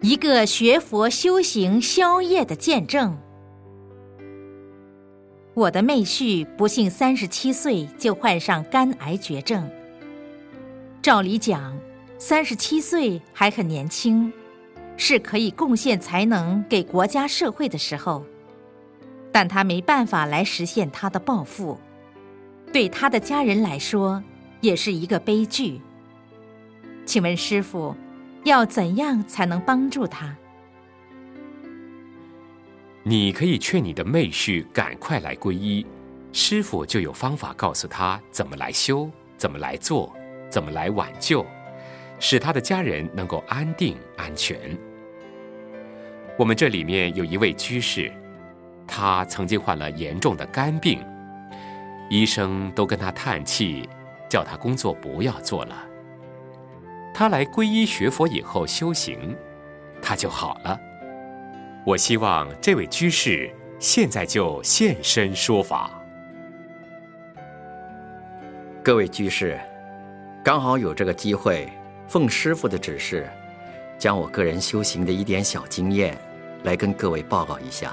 一个学佛修行消业的见证。我的妹婿不幸37岁就患上肝癌绝症。照理讲，37岁还很年轻，是可以贡献才能给国家社会的时候，但他没办法来实现他的抱负，对他的家人来说也是一个悲剧。请问师父，要怎样才能帮助他？ 你可以劝你的妹婿赶快来皈依，师父就有方法告诉他怎么来修，怎么来做，怎么来挽救，使他的家人能够安定安全。我们这里面有一位居士，他曾经患了严重的肝病，医生都跟他叹气，叫他工作不要做了。他来皈依学佛以后修行，他就好了。我希望这位居士现在就现身说法。 各位居士，刚好有这个机会，奉师父的指示，将我个人修行的一点小经验来跟各位报告一下。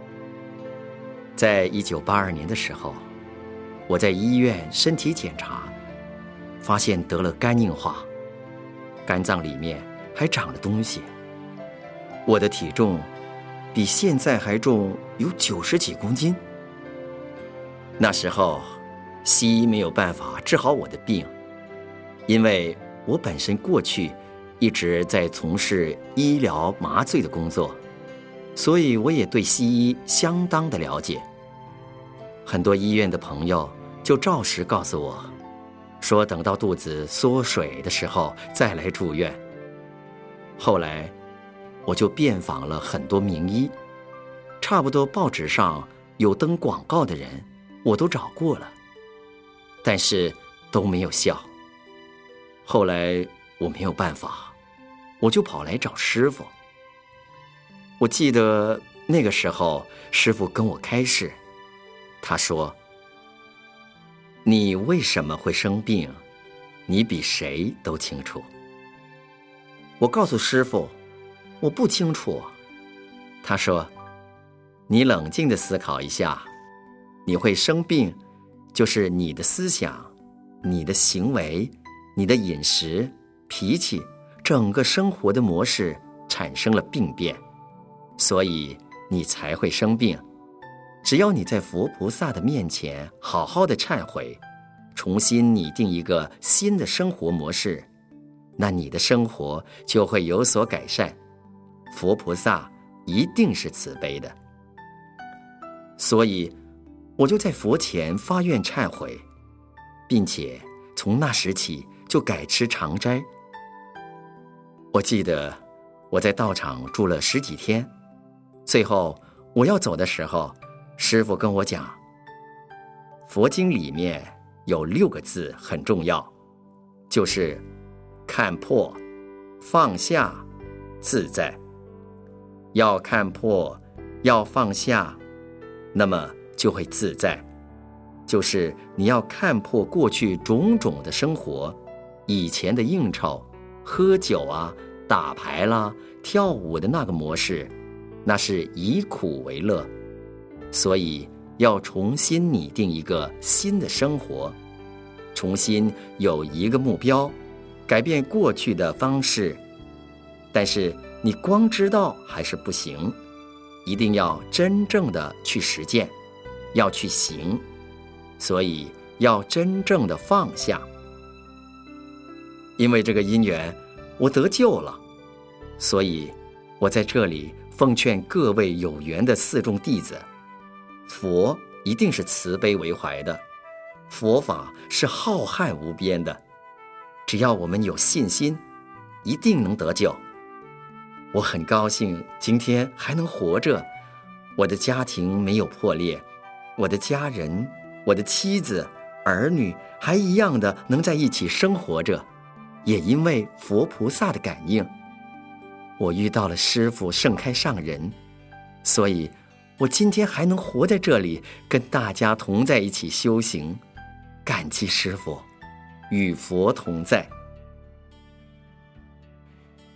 在1982年的时候，我在医院身体检查，发现得了肝硬化，肝脏里面还长了东西。我的体重比现在还重有90几公斤。那时候西医没有办法治好我的病，因为我本身过去一直在从事医疗麻醉的工作，所以我也对西医相当的了解。很多医院的朋友就照实告诉我，说等到肚子缩水的时候再来住院。后来我就遍访了很多名医，差不多报纸上有登广告的人我都找过了，但是都没有效。后来我没有办法，我就跑来找师父。我记得那个时候师父跟我开示，他说，你为什么会生病，你比谁都清楚。我告诉师父，我不清楚。他说，你冷静地思考一下，你会生病，就是你的思想、你的行为、你的饮食、脾气，整个生活的模式产生了病变，所以你才会生病。只要你在佛菩萨的面前好好的忏悔，重新拟定一个新的生活模式，那你的生活就会有所改善。佛菩萨一定是慈悲的。所以我就在佛前发愿忏悔，并且从那时起就改吃常斋。我记得我在道场住了10几天，最后我要走的时候，师父跟我讲，佛经里面有6个字很重要，就是看破、放下、自在。要看破，要放下，那么就会自在。就是你要看破过去种种的生活，以前的应酬、喝酒啊、打牌啦、跳舞的那个模式，那是以苦为乐。所以要重新拟定一个新的生活，重新有一个目标，改变过去的方式。但是你光知道还是不行，一定要真正的去实践，要去行。所以要真正的放下。因为这个因缘，我得救了，所以我在这里奉劝各位有缘的四众弟子，佛一定是慈悲为怀的，佛法是浩瀚无边的，只要我们有信心，一定能得救。我很高兴今天还能活着，我的家庭没有破裂，我的家人、我的妻子、儿女还一样的能在一起生活着，也因为佛菩萨的感应。我遇到了师父盛开上人，所以我今天还能活在这里，跟大家同在一起修行，感激师父，与佛同在。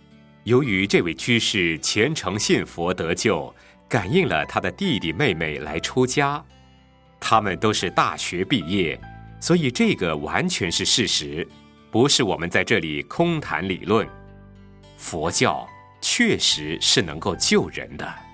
由于这位居士虔诚信佛得救，感应了他的弟弟妹妹来出家，他们都是大学毕业，所以这个完全是事实，不是我们在这里空谈理论。佛教确实是能够救人的。